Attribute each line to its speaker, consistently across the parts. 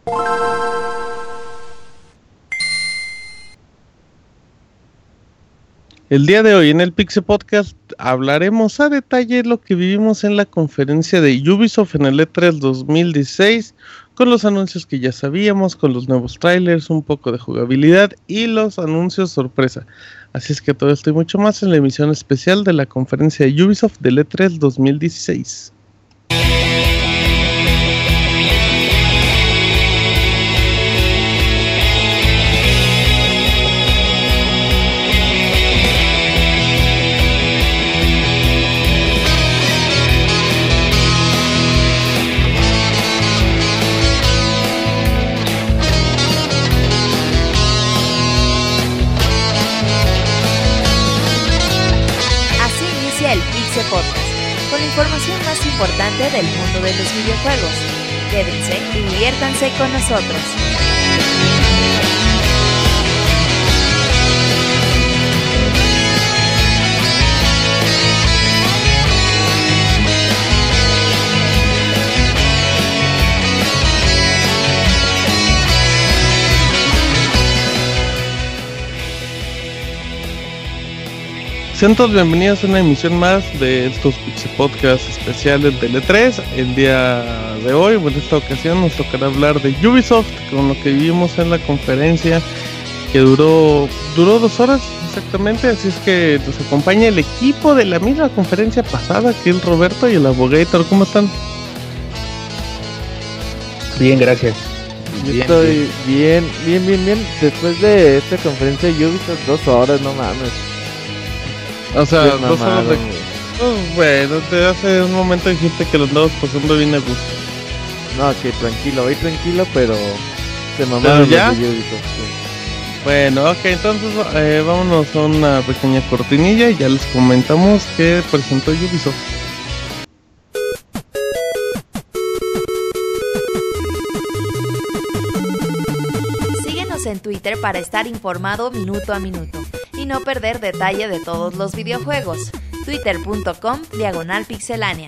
Speaker 1: El día de hoy en el Pixel Podcast hablaremos a detalle lo que vivimos en la conferencia de Ubisoft en el E3 2016, con los anuncios que ya sabíamos, con los nuevos trailers, un poco de jugabilidad y los anuncios sorpresa. Así es que todo esto y mucho más en la emisión especial de la conferencia de Ubisoft del E3 2016.
Speaker 2: Podcast, con la información más importante del mundo de los videojuegos. Quédense y diviértanse con nosotros.
Speaker 1: Sean todos bienvenidos a una emisión más de estos Pixel Podcasts especiales del E3. El día de hoy, en esta ocasión, nos tocará hablar de Ubisoft, con lo que vivimos en la conferencia, que duró 2 horas exactamente. Así es que nos acompaña el equipo de la misma conferencia pasada, que es el Roberto y el Abogator. ¿Cómo están?
Speaker 3: Bien, gracias.
Speaker 4: Estoy bien. Después de esta conferencia de Ubisoft, 2 horas, no mames.
Speaker 1: O sea, 2 horas de... bueno, te hace un momento dijiste que los andabas pasando bien a gusto.
Speaker 4: No, que voy tranquilo, pero se mamaron
Speaker 1: ya.
Speaker 4: Los de Ubisoft, sí.
Speaker 1: Bueno, ok, entonces vámonos a una pequeña cortinilla y ya les comentamos que presentó Ubisoft.
Speaker 2: Síguenos en Twitter para estar informado minuto a minuto y no perder detalle de todos los videojuegos. Twitter.com/pixelania.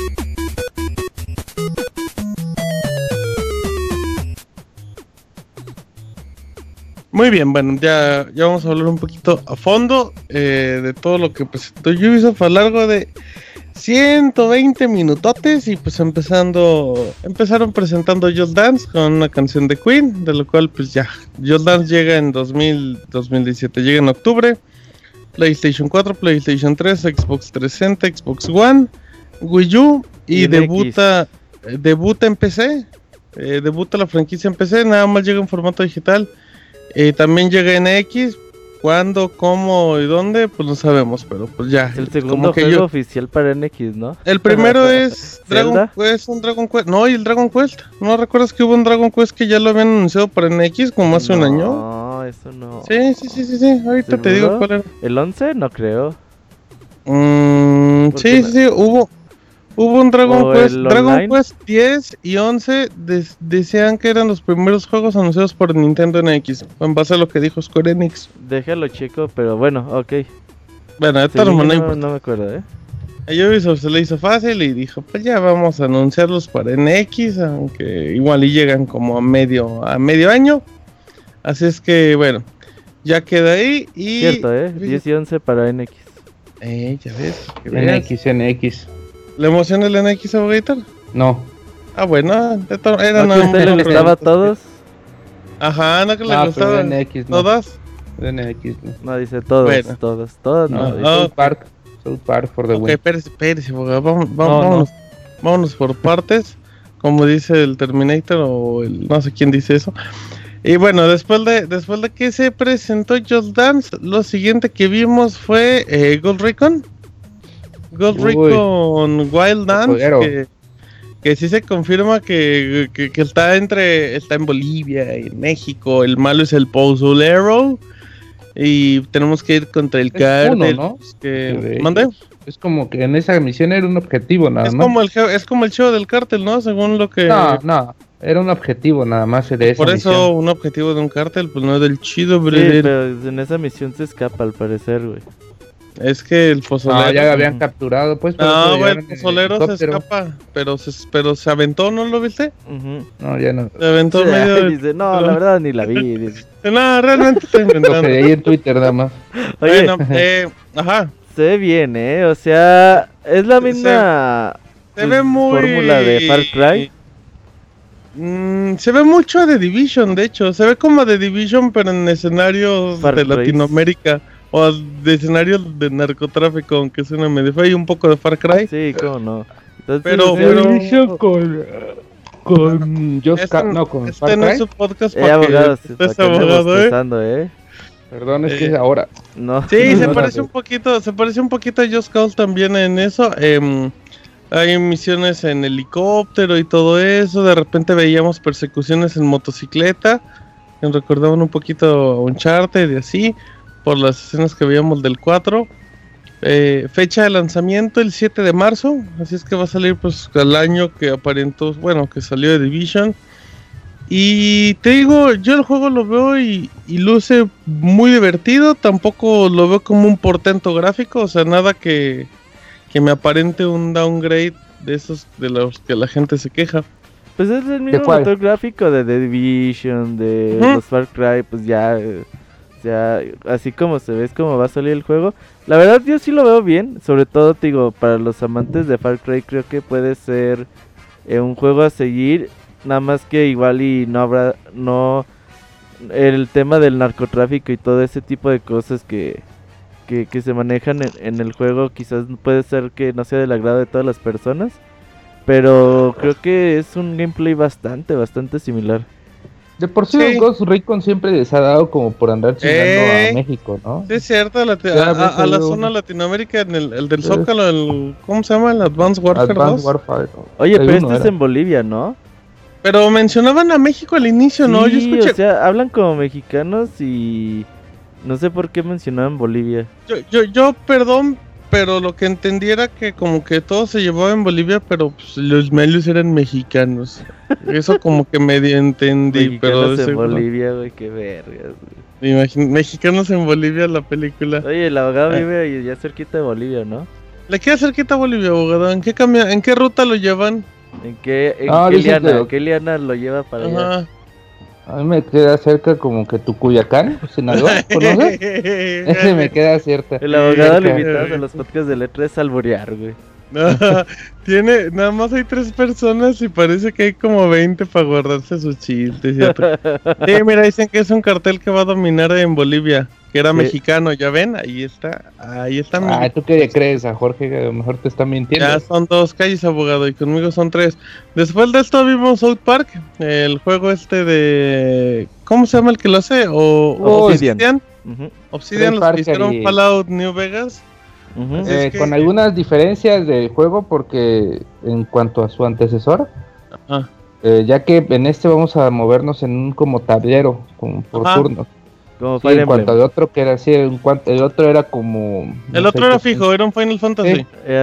Speaker 1: Muy bien, bueno, ya vamos a hablar un poquito a fondo de todo lo que presentó Ubisoft a lo largo de 120 minutotes. Y pues empezaron presentando Just Dance con una canción de Queen, de lo cual pues ya, Just Dance llega en 2017, llega en octubre. PlayStation 4, PlayStation 3, Xbox 360, Xbox One, Wii U y debuta en PC, debuta la franquicia en PC, nada más llega en formato digital. También llega en X. ¿Cuándo, cómo y dónde? Pues no sabemos, pero pues ya.
Speaker 4: El segundo juego oficial para NX, ¿no?
Speaker 1: El primero es Dragon Quest, un Dragon Quest. No, y el Dragon Quest. ¿No recuerdas que hubo un Dragon Quest que ya lo habían anunciado para NX como hace un año?
Speaker 4: No, eso no.
Speaker 1: Sí. Ahorita
Speaker 4: ¿seguro?
Speaker 1: Te digo cuál era.
Speaker 4: ¿El 11? No creo.
Speaker 1: Sí, hubo un Dragon Quest. Dragon Quest 10 y 11 decían que eran los primeros juegos anunciados por Nintendo NX, en base a lo que dijo Square Enix.
Speaker 4: Déjalo chico, pero bueno, ok.
Speaker 1: Bueno, de todas maneras
Speaker 4: no me acuerdo,
Speaker 1: A Ubisoft se le hizo fácil y dijo, pues ya vamos a anunciarlos para NX, aunque igual y llegan como a medio año. Así es que bueno, ya queda ahí y...
Speaker 4: Cierto, 10 y 11 para NX.
Speaker 1: Ya ves.
Speaker 3: NX.
Speaker 1: ¿Le emociona el NX, Abogator?
Speaker 3: No.
Speaker 1: Ah, bueno, era
Speaker 4: ¿No que a usted le gustaba a todos?
Speaker 1: Ajá, no que le gustaba.
Speaker 3: NX,
Speaker 1: no. ¿Todas?
Speaker 3: NX, no.
Speaker 4: No, dice todos,
Speaker 1: bueno.
Speaker 4: todos
Speaker 3: no.
Speaker 4: No.
Speaker 3: South Park for the win.
Speaker 1: Ok, espérese, vámonos por partes, como dice el Terminator o el no sé quién dice eso. Y bueno, después de que se presentó Just Dance, lo siguiente que vimos fue Ghost Recon Wild Dance, que sí se confirma que está en Bolivia y en México. El malo es el Pozolero y tenemos que ir contra el cártel,
Speaker 3: ¿no?
Speaker 1: ¿Mande?
Speaker 3: Es como que en esa misión era un objetivo nada más.
Speaker 1: Es como el show del cártel, ¿no? Según lo que...
Speaker 3: No, era un objetivo nada más de esa
Speaker 1: Por eso
Speaker 3: misión.
Speaker 1: un objetivo de un cártel, pues no es del chido,
Speaker 4: sí, pero en esa misión se escapa al parecer, güey.
Speaker 1: Es que el pozolero...
Speaker 3: No, ya lo habían capturado, pues.
Speaker 1: No, güey, el pozolero se escapa, pero se aventó, ¿no lo viste?
Speaker 3: No, ya no.
Speaker 1: Se aventó medio...
Speaker 4: Dice, no, la verdad ni la vi. Dice.
Speaker 1: No, realmente está inventando.
Speaker 3: Ahí en Twitter nada más.
Speaker 4: Oye,
Speaker 1: bueno, ajá.
Speaker 4: se ve bien, o sea, es la misma
Speaker 1: se ve muy...
Speaker 4: fórmula de Far Cry.
Speaker 1: Se ve mucho a The Division, de hecho. Se ve como a The Division, pero en escenarios de Latinoamérica. O de escenarios de narcotráfico, aunque suena medio feo. Y un poco de Far Cry.
Speaker 4: Sí, cómo no. Entonces,
Speaker 1: pero
Speaker 3: con Just no, con Far Cry.
Speaker 1: No es su podcast para
Speaker 4: abogado,
Speaker 1: que estés abogado,
Speaker 3: Perdón, es que es ahora.
Speaker 4: No.
Speaker 1: Sí, se parece un poquito a Just Cause también en eso. Hay misiones en helicóptero y todo eso. De repente veíamos persecuciones en motocicleta, que recordaban un poquito a Uncharted y así, por las escenas que veíamos del 4. Fecha de lanzamiento el 7 de marzo, así es que va a salir pues al año que aparentó, bueno, que salió de Division. Y te digo, yo el juego lo veo y luce muy divertido. Tampoco lo veo como un portento gráfico, o sea, nada que me aparente un downgrade de esos de los que la gente se queja.
Speaker 4: Pues es el mismo motor gráfico de The Division, de los Far Cry, pues ya así como se ve, es como va a salir el juego. La verdad yo sí lo veo bien, sobre todo te digo, para los amantes de Far Cry creo que puede ser un juego a seguir, nada más que igual y no el tema del narcotráfico y todo ese tipo de cosas que se manejan en el juego quizás puede ser que no sea del agrado de todas las personas, pero creo que es un gameplay bastante similar.
Speaker 3: De por sí, los Ghost Recon siempre les ha dado como por andar chingando a México, ¿no?
Speaker 1: Sí, es cierto, a la zona Latinoamérica, en el del Zócalo, ¿cómo se llama? El Advanced Warfare 2.
Speaker 4: Oye, pero este es en Bolivia, ¿no?
Speaker 1: Pero mencionaban a México al inicio,
Speaker 4: sí,
Speaker 1: ¿no? Yo escuché...
Speaker 4: o sea, hablan como mexicanos y... No sé por qué mencionaban Bolivia.
Speaker 1: Yo perdón, pero lo que entendí era que como que todo se llevaba en Bolivia, pero pues, los medios eran mexicanos. Eso como que medio entendí,
Speaker 4: mexicanos
Speaker 1: pero...
Speaker 4: en Bolivia, güey, qué vergas,
Speaker 1: güey. Mexicanos en Bolivia, la película.
Speaker 4: Oye, el abogado vive ya cerquita de Bolivia, ¿no?
Speaker 1: ¿Le queda cerquita a Bolivia, abogado? ¿En qué ruta lo llevan?
Speaker 4: ¿En qué liana lo lleva para allá?
Speaker 3: A mí me queda cerca como que Tucuyacán, Sinaloa, ¿conoces? Ese me queda cerca.
Speaker 4: El abogado limitado de los podcasts de letra es alborear, güey.
Speaker 1: No, nada más hay 3 personas y parece que hay como 20 para guardarse sus chistes. Sí, mira, dicen que es un cartel que va a dominar en Bolivia, que era mexicano, ¿ya ven? Ahí está.
Speaker 3: ¿Tú qué crees a Jorge? Que a lo mejor te está mintiendo.
Speaker 1: Ya son 2 calles, abogado, y conmigo son 3. Después de esto vimos South Park, el juego de... ¿Cómo se llama el que lo hace? Obsidian. Obsidian, los que hicieron Fallout New Vegas.
Speaker 3: Con algunas diferencias del juego, porque en cuanto a su antecesor, ya que en este vamos a movernos en un como tablero, como por turno.
Speaker 4: Como
Speaker 3: en cuanto al otro que era así, el otro era como...
Speaker 1: El otro era fijo, era un Final Fantasy.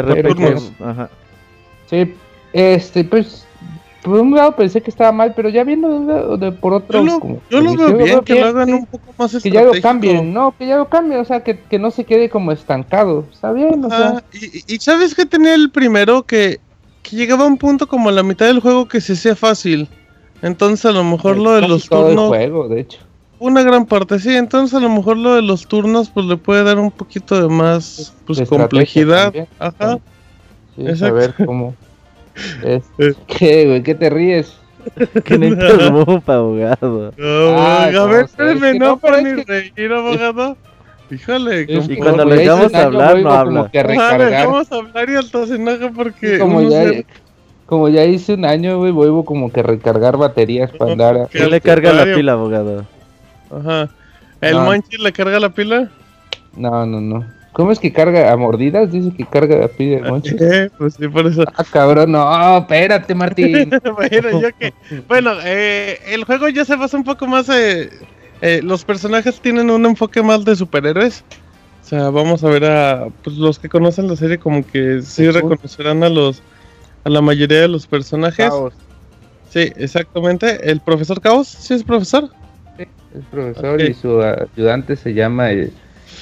Speaker 3: Sí, pues por un lado pensé que estaba mal, pero ya viendo por otro...
Speaker 1: Yo lo veo bien, que lo hagan un poco más estratégico.
Speaker 3: Que ya lo cambien, o sea, que no se quede como estancado, está bien, o sea...
Speaker 1: Y ¿sabes qué tenía el primero? Que llegaba a un punto como a la mitad del juego que se hacía fácil. Entonces a lo mejor lo de los turnos...
Speaker 3: Todo el juego, de hecho.
Speaker 1: Una gran parte, sí, entonces a lo mejor lo de los turnos pues le puede dar un poquito de más de complejidad.
Speaker 3: También. Ajá. Sí, a ver cómo... ¿Qué, güey? ¿Qué te ríes?
Speaker 4: Que no interrumpa, abogado.
Speaker 1: A ver, espérame, no para ni reír, abogado. Híjole,
Speaker 4: y cuando le dejamos hablar, no habla.
Speaker 1: Le dejamos hablar y alto se enoja porque...
Speaker 3: Como ya hice un año, güey, vuelvo como que recargar baterías para andar...
Speaker 4: ¿Quién le carga la pila, abogado?
Speaker 1: Ajá. ¿El Monchi le carga la pila?
Speaker 3: No. ¿Cómo es que carga a mordidas? Dice que carga la pila el Monchi.
Speaker 1: Pues sí, por eso.
Speaker 3: Cabrón, no, espérate, Martín.
Speaker 1: Bueno, el juego ya se basa un poco más... los personajes tienen un enfoque más de superhéroes. O sea, vamos a ver pues los que conocen la serie como que sí reconocerán a la mayoría de los personajes.
Speaker 3: Caos.
Speaker 1: Sí, exactamente. ¿El profesor Caos? ¿Sí es profesor?
Speaker 3: Sí, es profesor, okay. Y su ayudante se llama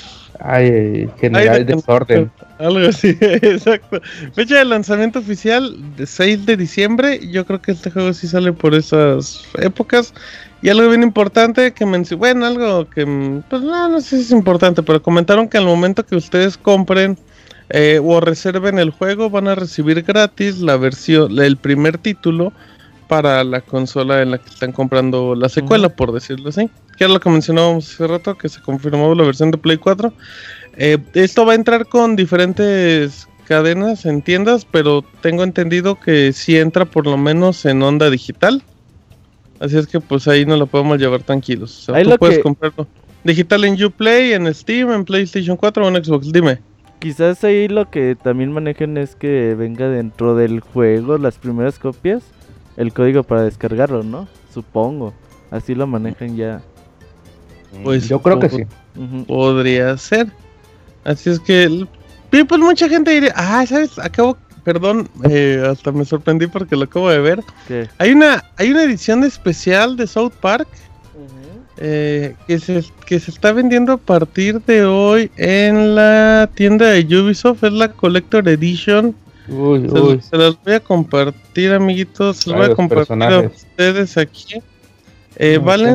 Speaker 3: Ay, general desorden.
Speaker 1: Algo así, exacto. Fecha de lanzamiento oficial de 6 de diciembre. Yo creo que este juego sí sale por esas épocas. Y algo bien importante que bueno, algo que pues no sé si es importante, pero comentaron que al momento que ustedes compren o reserven el juego, van a recibir gratis la versión, el primer título para la consola en la que están comprando la secuela, por decirlo así. Que era lo que mencionábamos hace rato, que se confirmó la versión de Play 4. Esto va a entrar con diferentes cadenas en tiendas, pero tengo entendido que sí entra por lo menos en onda digital. Así es que pues ahí nos lo podemos llevar tranquilos. O sea, tú puedes comprarlo digital en Uplay, en Steam, en PlayStation 4 o en Xbox. Dime.
Speaker 4: Quizás ahí lo que también manejen es que venga dentro del juego las primeras copias, el código para descargarlo, ¿no? Supongo. Así lo manejan ya.
Speaker 3: Pues yo creo que sí.
Speaker 1: Podría ser. Así es que pues mucha gente diría, ¿sabes? Perdón, hasta me sorprendí porque lo acabo de ver.
Speaker 4: ¿Qué?
Speaker 1: Hay una edición especial de South Park que se está vendiendo a partir de hoy en la tienda de Ubisoft. Es la Collector Edition. Se las voy a compartir, amiguitos. Se las voy a compartir a ustedes aquí. Vale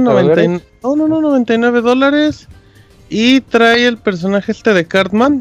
Speaker 1: $99 y trae el personaje de Cartman.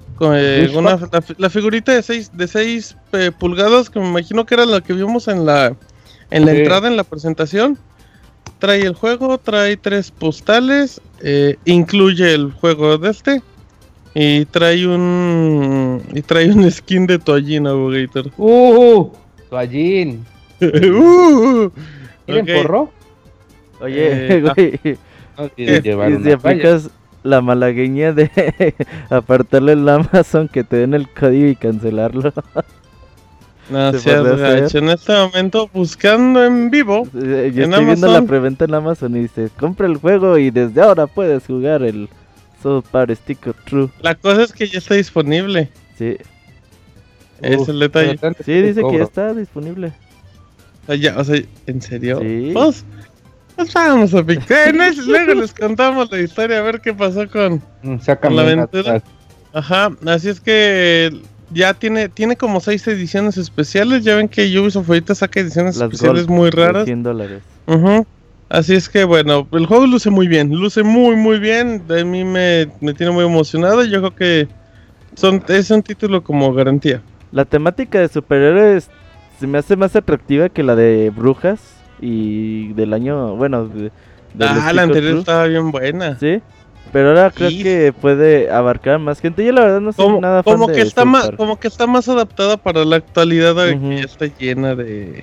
Speaker 1: La figurita de 6 pulgadas, que me imagino que era la que vimos en la entrada, en la presentación. Trae el juego, trae 3 postales, incluye el juego de y trae un skin de Toallín, Abogator.
Speaker 3: Toallín. ¿Quieren porro?
Speaker 4: Oye, güey. Si aplicas la malagueña de apartarle el Amazon, que te den el código y cancelarlo.
Speaker 1: No seas gacho. En este momento, buscando en vivo.
Speaker 4: Yo estoy viendo la preventa en Amazon y dice: compra el juego y desde ahora puedes jugar el South Park Stick of Truth.
Speaker 1: La cosa es que ya está disponible.
Speaker 4: Sí.
Speaker 1: Es el detalle.
Speaker 4: Sí, dice que ya está disponible.
Speaker 1: O sea, ¿en serio?
Speaker 4: Sí.
Speaker 1: Pues vamos a picar. Luego les contamos la historia, a ver qué pasó con la aventura. Ajá, así es que ya tiene como 6 ediciones especiales. Ya ven que Ubisoft ahorita saca ediciones especiales muy raras.
Speaker 4: $100.
Speaker 1: Así es que bueno, el juego luce muy bien. Luce muy bien. A mí me tiene muy emocionado. Yo creo que es un título como garantía.
Speaker 4: La temática de superhéroes se me hace más atractiva que la de brujas. Y del año, bueno,
Speaker 1: la anterior estaba bien buena.
Speaker 4: Sí, pero ahora creo que puede abarcar más gente. Yo la verdad no soy nada fan
Speaker 1: de como que está más adaptada para la actualidad, que ya está llena de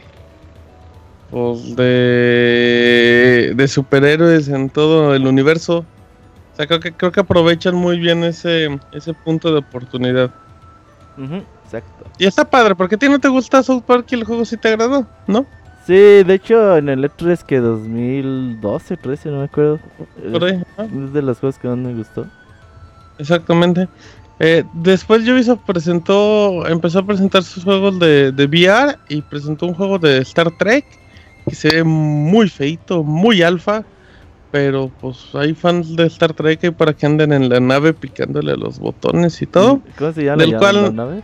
Speaker 1: superhéroes en todo el universo. O sea, creo que aprovechan muy bien ese punto de oportunidad.
Speaker 4: Exacto.
Speaker 1: Y está padre, porque a ti no te gusta South Park y el juego sí te agradó, ¿no?
Speaker 4: Sí, de hecho en el E3 que 2012, 13, no me acuerdo.
Speaker 1: Por ahí,
Speaker 4: es de los juegos que más me gustó.
Speaker 1: Exactamente. Después Ubisoft empezó a presentar sus juegos de VR y presentó un juego de Star Trek que se ve muy feito, muy alfa, pero pues hay fans de Star Trek ahí para que anden en la nave picándole a los botones y todo.
Speaker 4: ¿Cómo se llama la nave?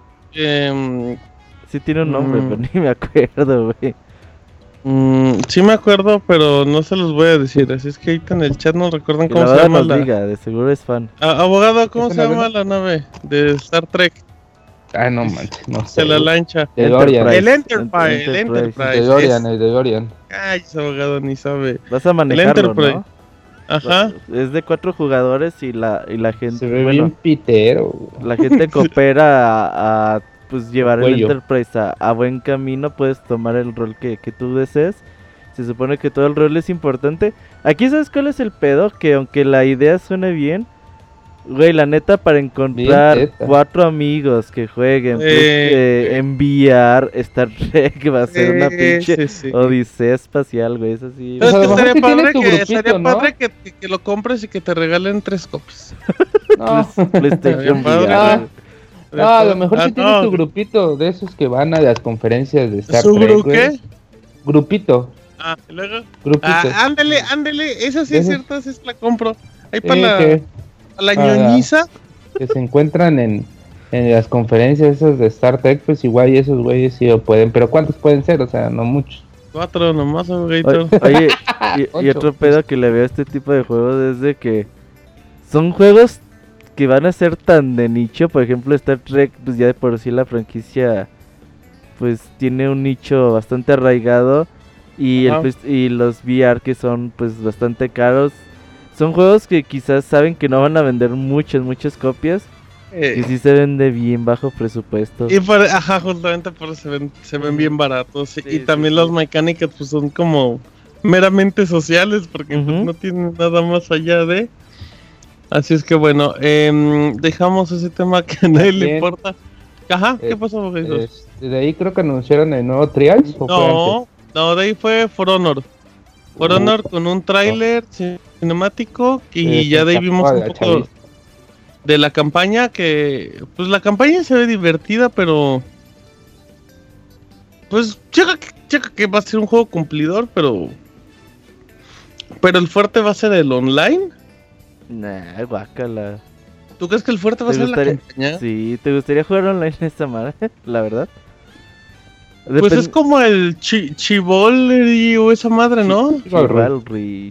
Speaker 4: Sí tiene un nombre, pero ni me acuerdo, güey.
Speaker 1: Sí me acuerdo, pero no se los voy a decir. Así es que ahorita en el chat nos recuerdan cómo se llama
Speaker 4: de seguro es fan.
Speaker 1: Abogado, ¿cómo se llama la nave de Star Trek?
Speaker 3: No manches, no sé.
Speaker 1: De la lancha.
Speaker 3: El
Speaker 1: Enterprise.
Speaker 3: El DeLorean.
Speaker 1: Ay, ese abogado ni sabe.
Speaker 4: Vas a manejarlo, ¿no?
Speaker 1: Ajá.
Speaker 4: Es de 4 jugadores y la gente...
Speaker 3: Se ve bien pitero.
Speaker 4: La gente coopera a pues llevar el Enterprise a buen camino. Puedes tomar el rol que tú desees. Se supone que todo el rol es importante. Aquí, ¿sabes cuál es el pedo? Que aunque la idea suene bien, güey, la neta, para encontrar 4 amigos que jueguen, enviar Star Trek va a ser una pinche odisea espacial, güey. Es así.
Speaker 1: Pero es que estaría padre que lo compres y que te regalen 3 copias.
Speaker 3: No.
Speaker 4: PlayStation
Speaker 3: a lo mejor tienes tu grupito de esos que van a las conferencias de Star Trek,
Speaker 1: ¿qué?
Speaker 3: Grupito.
Speaker 1: Luego.
Speaker 3: Grupito.
Speaker 1: Ándale, eso sí es cierto, esa es la compro. Ahí para la ñoñiza
Speaker 3: que se encuentran en las conferencias esas de Star Trek, pues igual y esos güeyes sí lo pueden, pero ¿cuántos pueden ser? O sea, no muchos.
Speaker 1: 4 nomás, Gator.
Speaker 4: Oye, y otro pedo que le veo a este tipo de juegos es de que son juegos que van a ser tan de nicho. Por ejemplo, Star Trek, pues ya de por sí la franquicia pues tiene un nicho bastante arraigado. Y, y los VR que son pues bastante caros. Son juegos que quizás saben que no van a vender muchas copias. Y sí se vende bien bajo presupuesto.
Speaker 1: Y justamente por eso se ven bien baratos. Sí, y también las mecánicas pues son como meramente sociales, porque pues, no tienen nada más allá de... Así es que bueno, dejamos ese tema que a nadie le importa. Ajá, ¿qué pasó, Jesús?
Speaker 3: De ahí creo que anunciaron el nuevo Trials.
Speaker 1: No, de ahí fue For Honor. For Honor con un tráiler cinemático y ya de ahí vimos un poco de la campaña, que pues la campaña se ve divertida, pero pues checa que va a ser un juego cumplidor, pero el fuerte va a ser el online.
Speaker 4: Nah, guácala.
Speaker 1: ¿Tú crees que el fuerte va a ser la campaña?
Speaker 4: Sí, ¿te gustaría jugar online en esta madre? La verdad.
Speaker 1: Pues es como el Chivalry o esa madre, ¿no?
Speaker 4: Chivalry.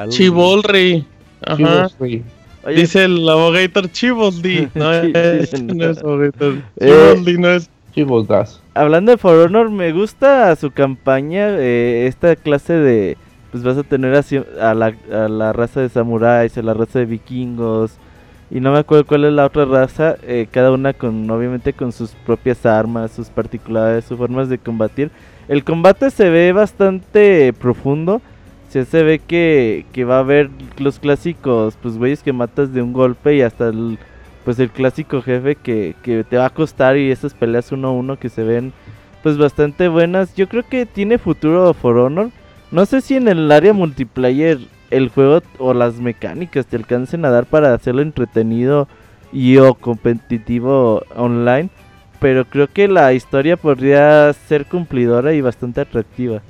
Speaker 1: Ajá. Oye, dice el abogator Chivalry. No es abogator. Chivalry no es.
Speaker 3: Chivaldas.
Speaker 4: Hablando de For Honor, me gusta su campaña. Esta clase de... Pues vas a tener a la raza de samuráis, a la raza de vikingos... Y no me acuerdo cuál es la otra raza, cada una obviamente con sus propias armas, sus particularidades, sus formas de combatir. El combate se ve bastante profundo, se ve que va a haber los clásicos, pues güeyes que matas de un golpe y hasta el clásico jefe que te va a costar, y esas peleas 1-1 que se ven pues bastante buenas. Yo creo que tiene futuro For Honor, no sé si en el área multiplayer el juego o las mecánicas te alcancen a dar para hacerlo entretenido o competitivo online, pero creo que la historia podría ser cumplidora y bastante atractiva.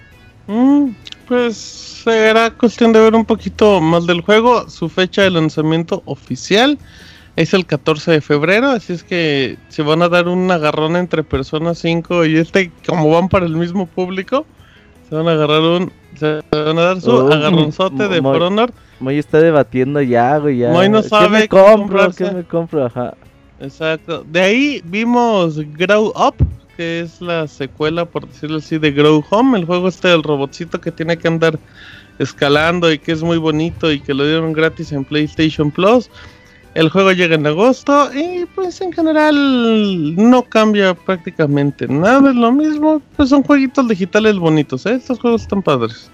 Speaker 1: Pues será cuestión de ver un poquito más del juego. Su fecha de lanzamiento oficial es el 14 de febrero, así es que se van a dar un agarrón entre Persona 5 y como van para el mismo público, se van a dar su agarronzote de For Honor.
Speaker 4: Moy está debatiendo ya.
Speaker 1: Moy no sabe
Speaker 4: ¿Qué me compro? Ajá.
Speaker 1: Exacto. De ahí vimos Grow Up, que es la secuela, por decirlo así, de Grow Home. El juego del robotcito que tiene que andar escalando y que es muy bonito y que lo dieron gratis en PlayStation Plus. El juego llega en agosto y pues en general no cambia prácticamente nada, es lo mismo, pues son jueguitos digitales bonitos, estos juegos están padres.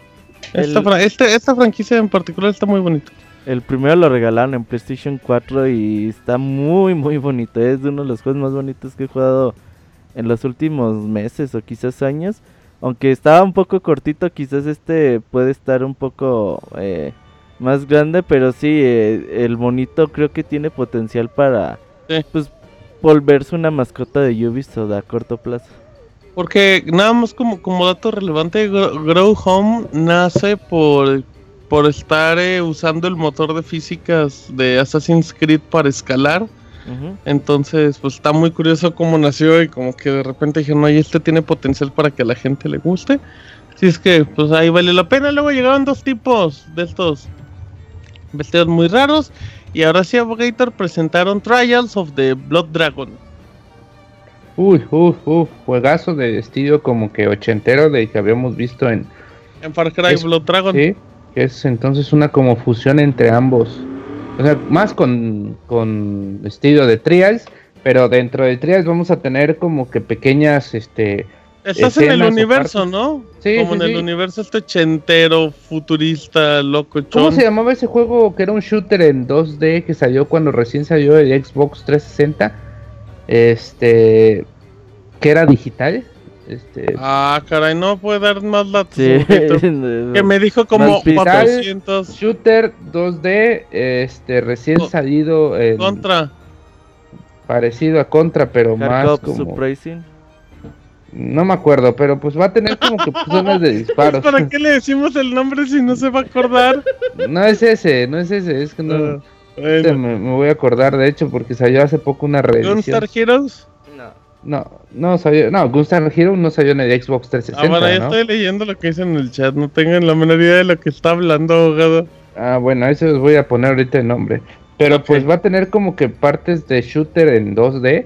Speaker 1: Esta franquicia en particular está muy bonita.
Speaker 4: El primero lo regalaron en PlayStation 4 y está muy bonito, es uno de los juegos más bonitos que he jugado en los últimos meses o quizás años, aunque estaba un poco cortito, quizás puede estar un poco... más grande, pero sí, el monito creo que tiene potencial para pues volverse una mascota de Ubisoft a corto plazo.
Speaker 1: Porque nada más como dato relevante, Grow Home nace por estar usando el motor de físicas de Assassin's Creed para escalar. Entonces pues está muy curioso cómo nació y como que de repente dijeron, oye, tiene potencial para que a la gente le guste. Así es que pues ahí vale la pena. Luego llegaron 2 tipos de estos vestidos muy raros. Y ahora sí, Abogator, presentaron Trials of the Blood Dragon.
Speaker 3: Juegazo de estilo como que ochentero de que habíamos visto en
Speaker 1: Far Cry Blood Dragon.
Speaker 3: Sí, que es entonces una como fusión entre ambos. O sea, más con estilo de Trials, pero dentro de Trials vamos a tener como que pequeñas
Speaker 1: Estás en el universo, ¿no?
Speaker 3: Sí,
Speaker 1: como en el universo ochentero, futurista, loco.
Speaker 3: ¿Cómo se llamaba ese juego que era un shooter en 2D que salió cuando recién salió el Xbox 360? Que era digital.
Speaker 1: Caray, no puede dar más datos.
Speaker 4: Sí.
Speaker 1: Que me dijo como 400.
Speaker 3: Shooter 2D, recién salido.
Speaker 1: Contra.
Speaker 3: Parecido a Contra, pero más como...
Speaker 4: Surprising.
Speaker 3: No me acuerdo, pero pues va a tener como que zonas de disparos.
Speaker 1: ¿Para qué le decimos el nombre si no se va a acordar?
Speaker 3: No es ese, es que no. Bueno. Me voy a acordar, de hecho, porque salió hace poco una reedición.
Speaker 1: ¿Gunstar Heroes?
Speaker 3: No salió. No, Gunstar Heroes no salió en el Xbox 360.
Speaker 1: Bueno, ya estoy leyendo lo que dice en el chat. No tengan la menor idea de lo que está hablando, abogado.
Speaker 3: Bueno, eso les voy a poner ahorita el nombre. Pero pues va a tener como que partes de shooter en 2D.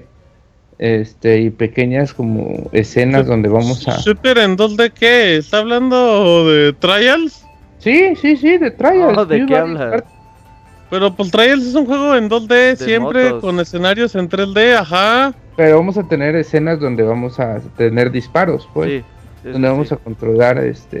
Speaker 3: Y pequeñas como escenas donde vamos a...
Speaker 1: ¿Shooter en 2D qué? ¿Está hablando de Trials?
Speaker 3: Sí, de Trials.
Speaker 4: ¿De qué hablas?
Speaker 1: Pero pues Trials es un juego en 2D de siempre, motos. Con escenarios en 3D, ajá.
Speaker 3: Pero vamos a tener escenas donde vamos a tener disparos, pues. Sí, donde vamos a controlar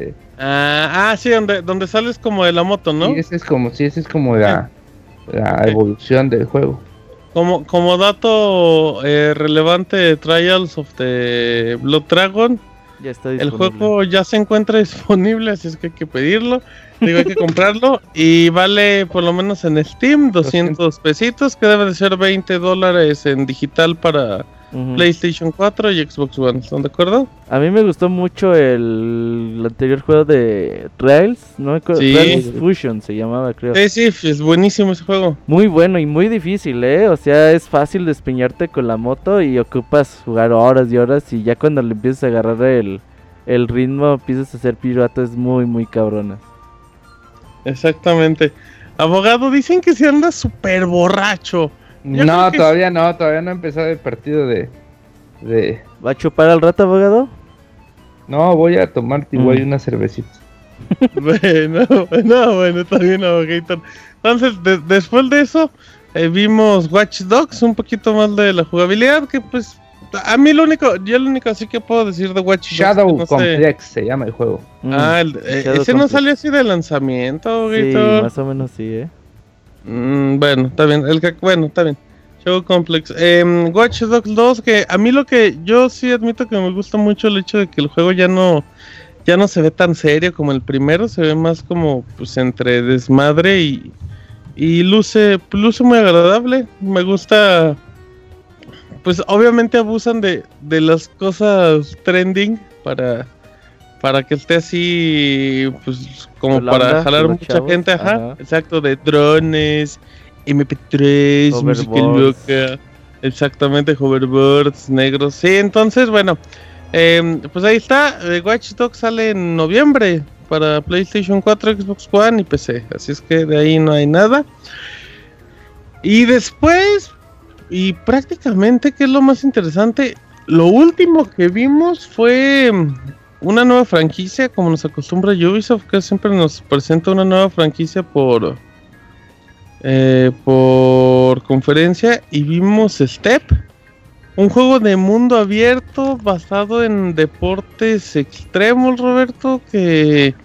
Speaker 1: sí, donde sales como de la moto, ¿no?
Speaker 3: Sí, ese es como la evolución del juego.
Speaker 1: Como dato relevante de Trials of the Blood Dragon,
Speaker 4: ya está disponible.
Speaker 1: El juego ya se encuentra disponible, así es que hay que pedirlo. Hay que comprarlo y vale por lo menos en Steam 200 pesitos, que debe de ser $20 en digital para PlayStation 4 y Xbox One. ¿Están de acuerdo?
Speaker 4: A mí me gustó mucho el anterior juego de Trials, ¿no?
Speaker 1: Sí.
Speaker 4: Trials Fusion se llamaba, creo.
Speaker 1: Sí, es buenísimo ese juego.
Speaker 4: Muy bueno y muy difícil, o sea, es fácil despeñarte con la moto y ocupas jugar horas y horas, y ya cuando le empiezas a agarrar el ritmo, empiezas a hacer piruetas muy, muy cabronas.
Speaker 1: Exactamente. Abogado, dicen que se anda súper borracho.
Speaker 3: No, todavía no he empezado el partido de...
Speaker 4: ¿Va a chupar al rato, abogado?
Speaker 3: No, voy a tomar igual una cervecita.
Speaker 1: Bueno, está bien, abogadito. Entonces, después de eso, vimos Watch Dogs, un poquito más de la jugabilidad, que pues... A mí lo único así que puedo decir de Watch Dogs
Speaker 3: Shadow Complex se llama el juego.
Speaker 1: Ese no salió así de lanzamiento,
Speaker 4: sí, más o menos sí,
Speaker 1: bueno, está bien, está bien. Shadow Complex. Watch Dogs 2, que a mí lo que yo sí admito que me gusta mucho el hecho de que el juego ya no se ve tan serio como el primero, se ve más como pues entre desmadre y luce muy agradable. Me gusta. Pues obviamente abusan de las cosas trending para que esté así, pues como para jalar mucha gente, ajá, exacto, de drones, MP3, música loca, exactamente, hoverboards, negros, sí, entonces bueno, pues ahí está, Watch Dogs sale en noviembre para PlayStation 4, Xbox One y PC, así es que de ahí no hay nada. Y después... Y prácticamente, que es lo más interesante, lo último que vimos fue una nueva franquicia, como nos acostumbra Ubisoft, que siempre nos presenta una nueva franquicia por conferencia, y vimos Step, un juego de mundo abierto basado en deportes extremos, Roberto, que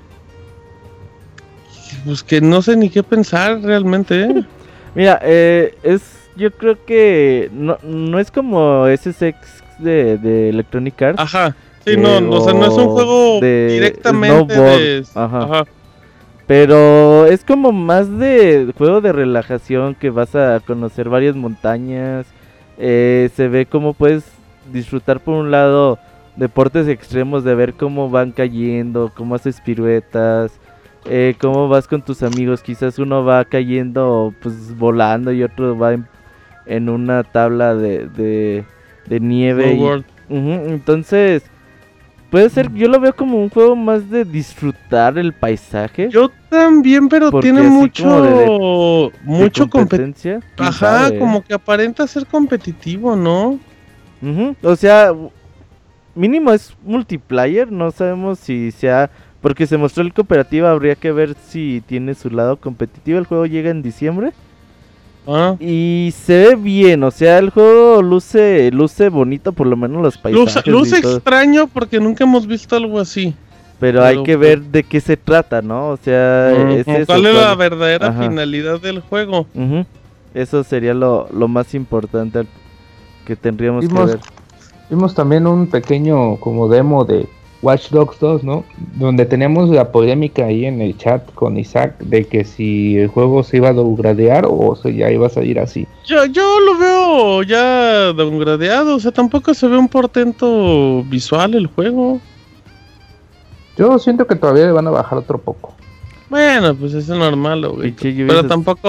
Speaker 1: pues que no sé ni qué pensar realmente.
Speaker 4: Mira, yo creo que no es como SSX de Electronic Arts.
Speaker 1: Ajá, sí, o sea, no es un juego directamente de... Ajá.
Speaker 4: Pero es como más de juego de relajación, que vas a conocer varias montañas. Se ve cómo puedes disfrutar por un lado deportes extremos, de ver cómo van cayendo, cómo haces piruetas. Cómo vas con tus amigos, quizás uno va cayendo pues volando y otro va en una tabla de nieve. Entonces, puede ser, yo lo veo como un juego más de disfrutar el paisaje.
Speaker 1: Yo también, pero tiene mucho
Speaker 4: competencia.
Speaker 1: Ajá, como que aparenta ser competitivo, ¿no?
Speaker 4: O sea, mínimo es multiplayer, no sabemos si sea... Porque se mostró el cooperativo, habría que ver si tiene su lado competitivo. El juego llega en diciembre. Y se ve bien, o sea, el juego luce bonito, por lo menos los paisajes.
Speaker 1: Luce extraño porque nunca hemos visto algo así.
Speaker 4: Pero hay que ver de qué se trata, ¿no? O sea,
Speaker 1: ¿cuál es la verdadera finalidad del juego?
Speaker 4: Eso sería lo más importante que tendríamos que ver.
Speaker 3: Vimos también un pequeño como demo de Watch Dogs 2, ¿no? Donde tenemos la polémica ahí en el chat con Isaac de que si el juego se iba a downgradear o si ya iba a salir así.
Speaker 1: Yo lo veo ya downgradeado, o sea, tampoco se ve un portento visual el juego.
Speaker 3: Yo siento que todavía le van a bajar otro poco.
Speaker 1: Bueno, pues eso es normal, güey. Pero tampoco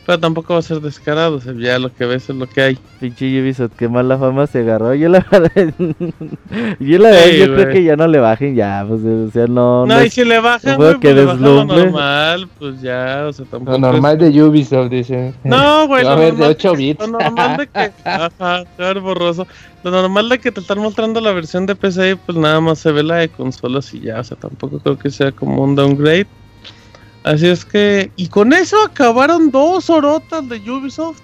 Speaker 1: pero tampoco va a ser descarado, o sea, ya lo que ves es lo que hay.
Speaker 4: Pinche Ubisoft, qué mala fama se agarró. Yo la verdad, yo creo que ya no le bajen ya, pues, o sea, no.
Speaker 1: No, y si le bajan, güey, pues le bajan lo normal, pues ya, o sea, tampoco.
Speaker 3: Lo normal de Ubisoft, dice.
Speaker 1: No, güey,
Speaker 3: a ver, de 8 bits.
Speaker 1: Lo normal de que, ajá, borroso. Lo normal de que te están mostrando la versión de PC, pues nada más se ve la de consolas y ya, o sea, tampoco creo que sea como un downgrade. Así es que, y con eso acabaron 2 horotas de Ubisoft.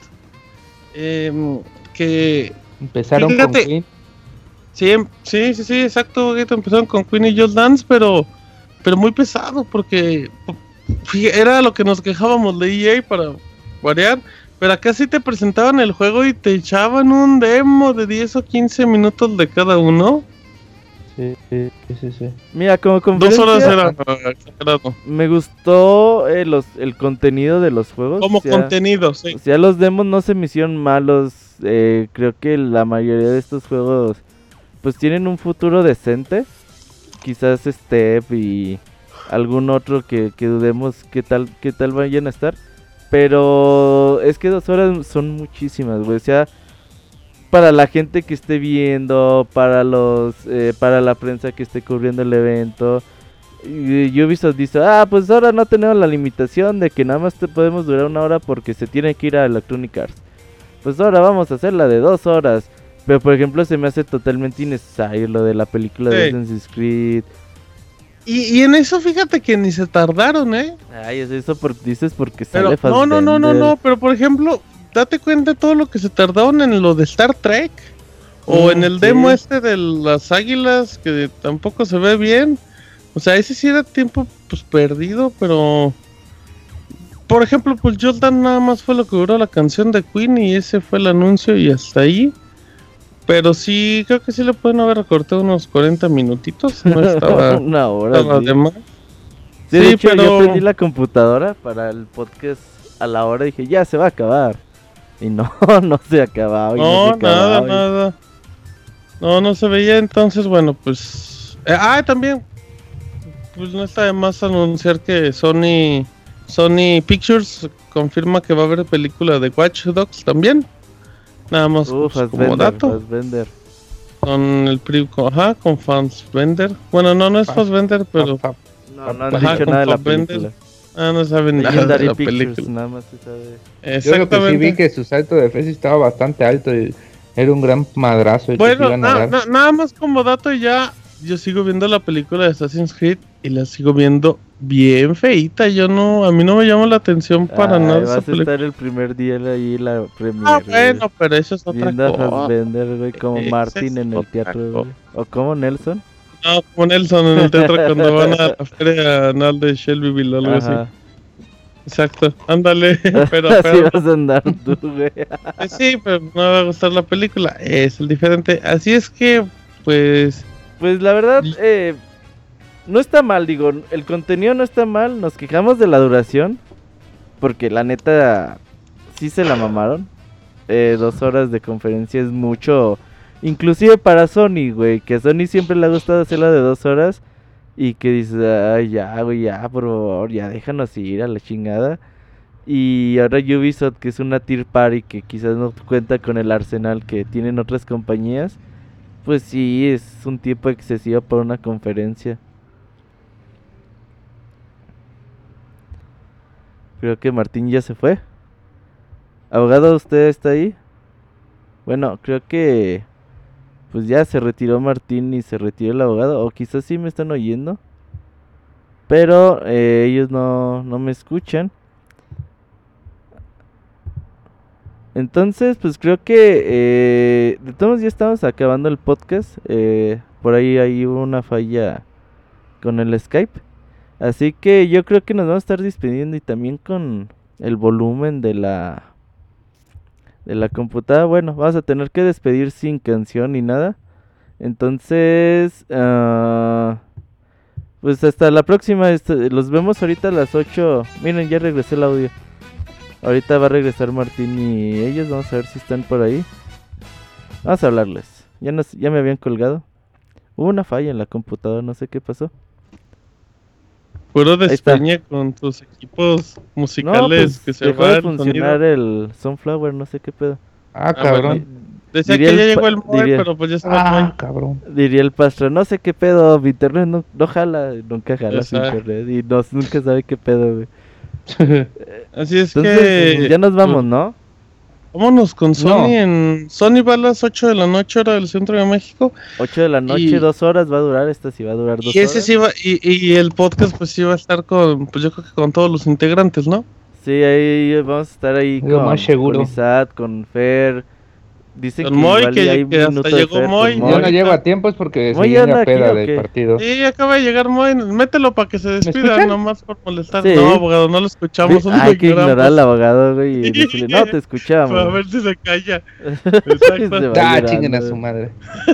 Speaker 1: Que
Speaker 3: empezaron con Queen.
Speaker 1: Sí, exacto. Empezaron con Queen y Just Dance, pero muy pesado porque era lo que nos quejábamos de EA para variar. Pero acá sí te presentaban el juego y te echaban un demo de 10 o 15 minutos de cada uno.
Speaker 3: Sí.
Speaker 4: Mira, como conferencia,
Speaker 1: 2 horas era exagerado.
Speaker 4: Me gustó el contenido de los juegos.
Speaker 1: Como contenido, sí.
Speaker 4: O sea, los demos no se me hicieron malos. Creo que la mayoría de estos juegos pues tienen un futuro decente. Quizás Step y algún otro que dudemos qué tal vayan a estar. Pero es que 2 horas son muchísimas, güey. O sea, para la gente que esté viendo, para la prensa que esté cubriendo el evento. Ubisoft dice, pues ahora no tenemos la limitación de que nada más te podemos durar 1 hora porque se tiene que ir a Electronic Arts. Pues ahora vamos a hacerla de 2 horas. Pero por ejemplo se me hace totalmente innecesario lo de la película de Assassin's Creed.
Speaker 1: Y en eso fíjate que ni se tardaron,
Speaker 4: Ay, eso dices porque sale
Speaker 1: Fassbender. No, pero por ejemplo, date cuenta de todo lo que se tardaron en lo de Star Trek. O en el demo de las águilas, que tampoco se ve bien. O sea, ese sí era tiempo pues perdido, pero... Por ejemplo, pues Jordan nada más fue lo que duró la canción de Queen y ese fue el anuncio y hasta ahí. Pero sí, creo que sí le pueden haber recortado unos 40 minutitos. No estaba...
Speaker 4: 1 hora.
Speaker 1: Estaba de más.
Speaker 4: Sí, de hecho, pero... yo prendí la computadora para el podcast a la hora y dije, ya se va a acabar. Y no se acababa.
Speaker 1: No, nada. No se veía, entonces, bueno, pues... también, pues no está de más anunciar que Sony Pictures confirma que va a haber película de Watch Dogs también. Nada más pues, como dato.
Speaker 4: Fassbender.
Speaker 1: Con el con Fassbender. Bueno, no es Fassbender, pero...
Speaker 4: No han dicho nada de la película.
Speaker 1: No saben nada de la película.
Speaker 4: Nada más se sabe.
Speaker 3: Exactamente. Yo lo que sí vi que su salto de fe estaba bastante alto y era un gran madrazo.
Speaker 1: Bueno, nada más como dato ya, yo sigo viendo la película de Assassin's Creed y la sigo viendo bien feita. A mí no me llama la atención para nada.
Speaker 4: Vas a estar el primer día ahí la premiere.
Speaker 1: Bueno, pero eso es otra
Speaker 4: cosa. Fassbender, güey, como Martin en el teatro, güey. O como Nelson.
Speaker 1: No, como Nelson en el teatro cuando van a la feria anual de Shelbyville o algo así. Exacto, ándale. Pero
Speaker 4: así vas a andar tú, güey.
Speaker 1: Sí, pero no me va a gustar la película. Es el diferente. Así es que, pues
Speaker 4: la verdad, no está mal, digo, el contenido no está mal. Nos quejamos de la duración, porque la neta sí se la mamaron. 2 horas de conferencia es mucho, inclusive para Sony, güey, que a Sony siempre le ha gustado hacerla de 2 horas. Y que dices, ay, ya, güey, ya, por favor, ya déjanos ir a la chingada. Y ahora Ubisoft, que es una tier party que quizás no cuenta con el arsenal que tienen otras compañías, pues sí, es un tiempo excesivo para una conferencia. Creo que Martín ya se fue. Abogado, ¿usted está ahí? Bueno, creo que... pues ya se retiró Martín y se retiró el abogado. O quizás sí me están oyendo. Pero ellos no me escuchan. Entonces pues creo que... de todos ya estamos acabando el podcast. Por ahí hay una falla con el Skype. Así que yo creo que nos vamos a estar despidiendo. Y también con el volumen de la computadora. Bueno, vamos a tener que despedir sin canción ni nada. Entonces, pues hasta la próxima. Los vemos ahorita a las 8. Miren, ya regresé el audio. Ahorita va a regresar Martín y ellos. Vamos a ver si están por ahí. Vamos a hablarles. Ya me habían colgado. Hubo una falla en la computadora, no sé qué pasó.
Speaker 1: Puro despeña con tus equipos musicales
Speaker 4: pues,
Speaker 1: que se
Speaker 4: dejó
Speaker 1: va
Speaker 4: de funcionar el Sunflower, no sé qué pedo.
Speaker 3: Cabrón.
Speaker 1: Bueno. Decía que ya llegó el Moy, pero pues ya se va el Moy.
Speaker 3: Cabrón.
Speaker 4: Diría el Pastra, no sé qué pedo, mi internet no jala, nunca jala su internet y nunca sabe qué pedo, güey.
Speaker 1: Así es.
Speaker 4: Entonces,
Speaker 1: que...
Speaker 4: ya nos vamos, ¿no?
Speaker 1: Vámonos con Sony. Sony va a las 8 de la noche, hora del centro de México.
Speaker 4: 8 de la noche, 2 horas va a durar. Esta sí va a durar 2 horas.
Speaker 1: Y ese sí va, y el podcast pues sí va a estar con, pues yo creo que con todos los integrantes, ¿no?
Speaker 4: Sí, ahí vamos a estar ahí con Isaac, con Fer. Dicen
Speaker 1: con
Speaker 4: que
Speaker 1: Moy,
Speaker 4: igual
Speaker 1: que
Speaker 4: hay un
Speaker 1: hasta
Speaker 4: minuto
Speaker 1: llegó
Speaker 4: de Fer,
Speaker 1: Moy.
Speaker 3: Yo no llego a tiempo, es porque
Speaker 4: Moy
Speaker 3: seguí en la
Speaker 4: anda
Speaker 3: peda
Speaker 4: aquí,
Speaker 3: del partido.
Speaker 1: Sí, acaba de llegar Moy. Mételo para que se despida, nomás por molestar.
Speaker 4: Sí.
Speaker 1: No, abogado, no lo escuchamos.
Speaker 4: Hay que ignorar al abogado, güey, y decirle, no te escuchamos.
Speaker 1: A ver si se calla. Exacto.
Speaker 3: Chinguen a su madre.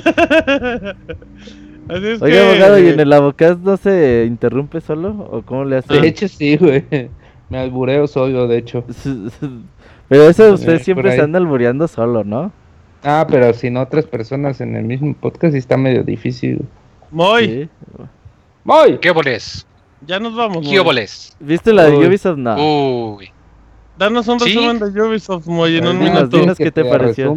Speaker 1: Así es.
Speaker 4: Oiga, abogado, ¿y en el Avocast no se interrumpe solo? ¿O cómo le hace?
Speaker 3: De hecho, sí, güey. Me albureo solo, de hecho.
Speaker 4: Pero eso usted siempre se anda albureando solo, ¿no?
Speaker 3: Pero sin otras personas en el mismo podcast sí está medio difícil.
Speaker 1: Moy.
Speaker 4: Sí.
Speaker 3: ¡Moy!
Speaker 5: ¿Qué óboles?
Speaker 1: Ya nos vamos,
Speaker 5: ¿Qué óboles?
Speaker 4: ¿Viste la de Ubisoft? No.
Speaker 5: Uy.
Speaker 1: Danos un resumen de Ubisoft, Moy, en un minuto.
Speaker 4: Dinos qué te pareció.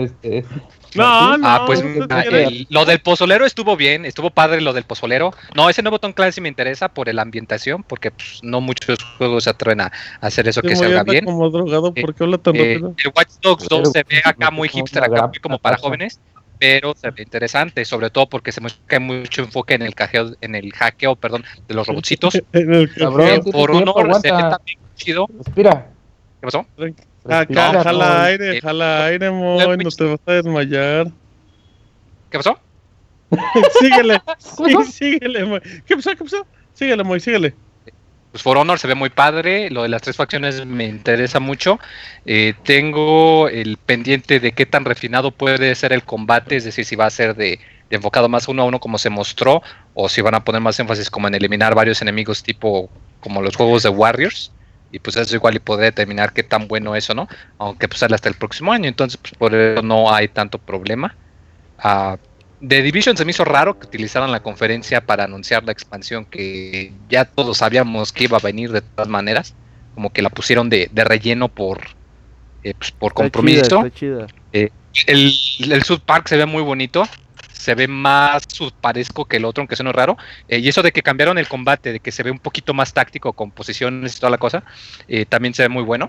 Speaker 1: No.
Speaker 5: Pues lo del pozolero estuvo bien, estuvo padre lo del pozolero. No, ese nuevo Tom Clancy me interesa por la ambientación, porque pues, no muchos juegos se atreven a hacer eso que salga bien.
Speaker 1: Como drogado, ¿por qué habla tan rápido?
Speaker 5: El Watch Dogs 2 se ve acá muy hipster, acá muy como para jóvenes, pero se ve interesante, sobre todo porque se muestra que hay mucho enfoque en el hackeo, de los robotcitos. Por honor, se ve también chido.
Speaker 3: Respira.
Speaker 5: ¿Qué pasó?
Speaker 1: Jala aire, Moy, no te vas a desmayar.
Speaker 5: ¿Qué pasó?
Speaker 1: Síguele, síguele, Moy. ¿Qué pasó? Síguele, Moy, síguele.
Speaker 5: Pues For Honor se ve muy padre, lo de las 3 facciones me interesa mucho. Tengo el pendiente de qué tan refinado puede ser el combate, es decir, si va a ser de enfocado más 1 a 1 como se mostró, o si van a poner más énfasis como en eliminar varios enemigos tipo como los juegos de Warriors. Y pues eso igual y poder determinar qué tan bueno eso, ¿no? Aunque pues sale hasta el próximo año, entonces pues por eso no hay tanto problema. The Division se me hizo raro que utilizaran la conferencia para anunciar la expansión que ya todos sabíamos que iba a venir de todas maneras. Como que la pusieron de relleno por compromiso.
Speaker 4: Está chida.
Speaker 5: El South Park se ve muy bonito. Se ve más sudparesco que el otro, aunque suene raro. Y eso de que cambiaron el combate, de que se ve un poquito más táctico, con posiciones y toda la cosa, también se ve muy bueno.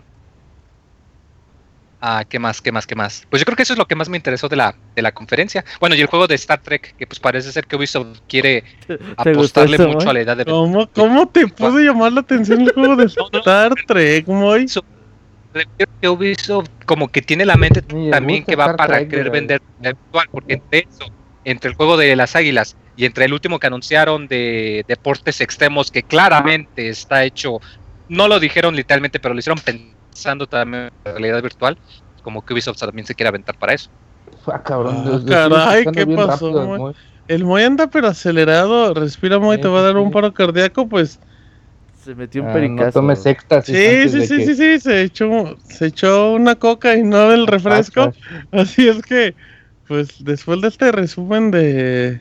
Speaker 5: ¿Qué más? Pues yo creo que eso es lo que más me interesó de la conferencia. Bueno, y el juego de Star Trek, que pues parece ser que Ubisoft quiere apostarle mucho a la edad de...
Speaker 1: ¿Cómo te pudo llamar la atención el juego de Star Trek, Moy?
Speaker 5: Que Ubisoft como que tiene la mente también que va para querer vender virtual, porque entre el juego de las águilas y entre el último que anunciaron de deportes extremos, que claramente está hecho, no lo dijeron literalmente, pero lo hicieron pensando también en realidad virtual, como que Ubisoft también se quiere aventar para eso.
Speaker 3: Cabrón,
Speaker 1: caray, ¿qué pasó, Moy? El Moy anda pero acelerado, respira, Moy, te va a dar un paro cardíaco, pues.
Speaker 4: Se metió un pericazo.
Speaker 3: No tomes éxtasis.
Speaker 1: Sí, se echó una coca y no el refresco, así es que... Pues después de este resumen del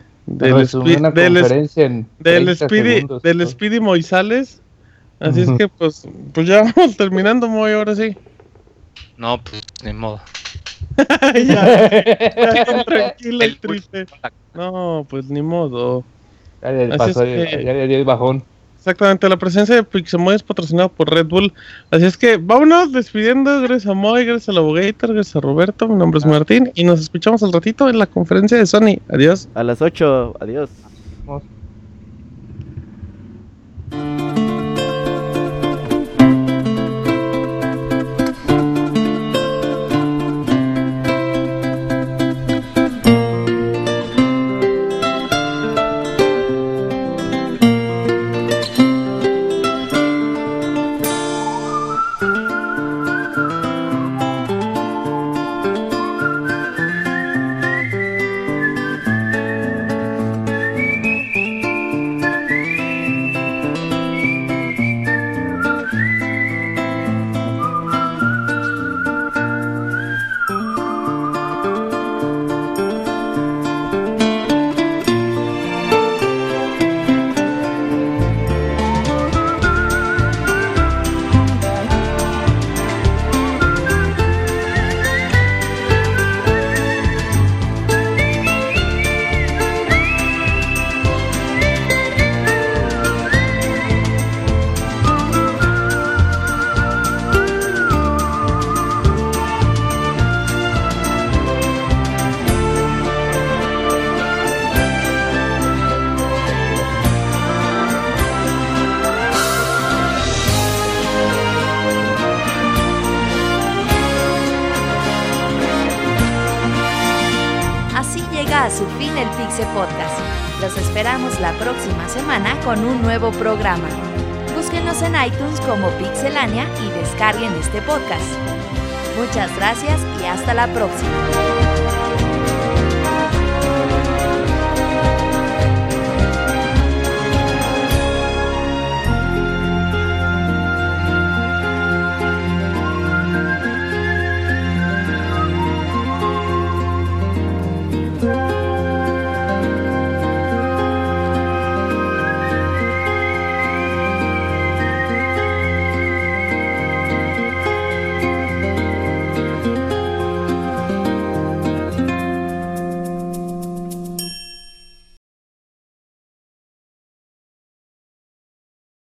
Speaker 1: Speedy Moisales, así es que pues ya vamos terminando, Moy, ahora sí.
Speaker 5: No, pues ni modo.
Speaker 1: ya, tranquilo y triste. No, pues ni modo.
Speaker 3: Ya le dio el bajón.
Speaker 1: Exactamente, la presencia de Pixemoy es patrocinada por Red Bull. Así es que vámonos despidiendo. Gracias a Moy, gracias al Abogator, gracias a Roberto. Mi nombre es Martín y nos escuchamos al ratito en la conferencia de Sony. Adiós.
Speaker 4: A las 8. Adiós.
Speaker 3: Vamos.
Speaker 2: llega a su fin el Pixel Podcast. Los esperamos la próxima semana con un nuevo programa. Búsquenos en iTunes como Pixelania y descarguen este podcast. Muchas gracias y hasta la próxima.